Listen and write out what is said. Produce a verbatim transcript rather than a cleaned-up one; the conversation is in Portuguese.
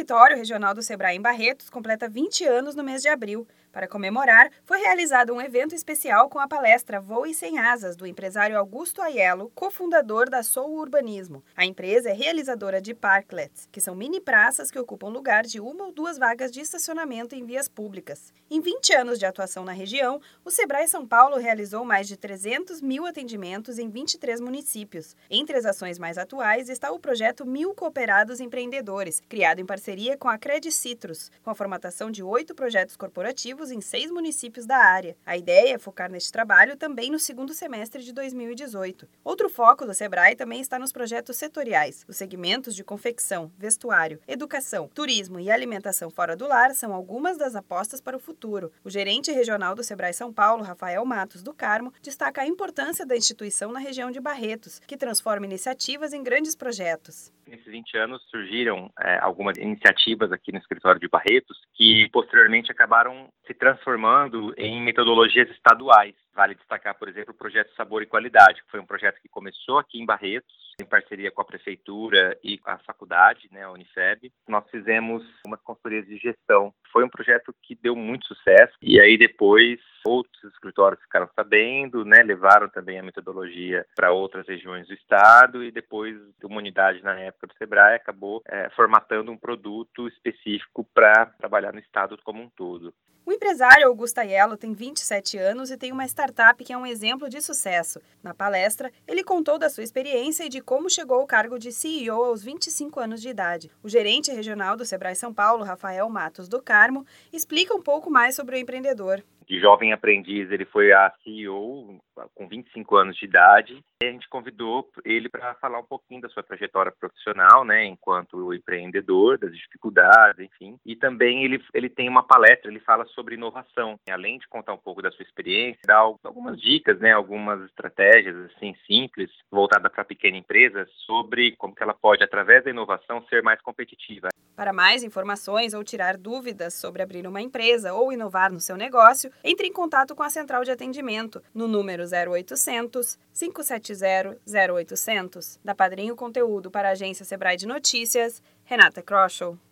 escritório regional do Sebrae em Barretos completa vinte anos no mês de abril. Para comemorar, foi realizado um evento especial com a palestra Voe Sem Asas, do empresário Augusto Aiello, cofundador da Sou Urbanismo. A empresa é realizadora de parklets, que são mini praças que ocupam lugar de uma ou duas vagas de estacionamento em vias públicas. Em vinte anos de atuação na região, o Sebrae São Paulo realizou mais de trezentos mil atendimentos em vinte e três municípios. Entre as ações mais atuais está o projeto Mil Cooperados Empreendedores, criado em parceria com a Credicitrus, com a formatação de oito projetos corporativos em seis municípios da área. A ideia é focar neste trabalho também no segundo semestre de dois mil e dezoito. Outro foco do Sebrae também está nos projetos setoriais. Os segmentos de confecção, vestuário, educação, turismo e alimentação fora do lar são algumas das apostas para o futuro. O gerente regional do Sebrae São Paulo, Rafael Matos do Carmo, destaca a importância da instituição na região de Barretos, que transforma iniciativas em grandes projetos. Nesses vinte anos surgiram é, algumas iniciativas aqui no escritório de Barretos que posteriormente acabaram se transformando em metodologias estaduais. Vale destacar, por exemplo, o projeto Sabor e Qualidade, que foi um projeto que começou aqui em Barretos, em parceria com a Prefeitura e a faculdade, né, a Unifeb. Nós fizemos umas consultorias de gestão. Foi um projeto que deu muito sucesso e aí depois outros escritórios ficaram sabendo, né, levaram também a metodologia para outras regiões do estado e depois uma unidade na época do Sebrae acabou é, formatando um produto específico para trabalhar no estado como um todo. O empresário Augusto Aiello tem vinte e sete anos e tem uma startup que é um exemplo de sucesso. Na palestra, ele contou da sua experiência e de como chegou ao cargo de C E O aos vinte e cinco anos de idade. O gerente regional do Sebrae São Paulo, Rafael Matos do Carmo, explica um pouco mais sobre o empreendedor. De jovem aprendiz, ele foi a C E O com vinte e cinco anos de idade. E a gente convidou ele para falar um pouquinho da sua trajetória profissional, né, enquanto empreendedor, das dificuldades, enfim. E também ele, ele tem uma palestra, ele fala sobre inovação. Além de contar um pouco da sua experiência, dá algumas dicas, né, algumas estratégias assim simples, voltadas para a pequena empresa, sobre como que ela pode, através da inovação, ser mais competitiva. Para mais informações ou tirar dúvidas sobre abrir uma empresa ou inovar no seu negócio, entre em contato com a central de atendimento no número zero oitocentos, cinco sete zero, zero oitocentos. Da Padrinho Conteúdo para a agência Sebrae de Notícias, Renata Kroschel.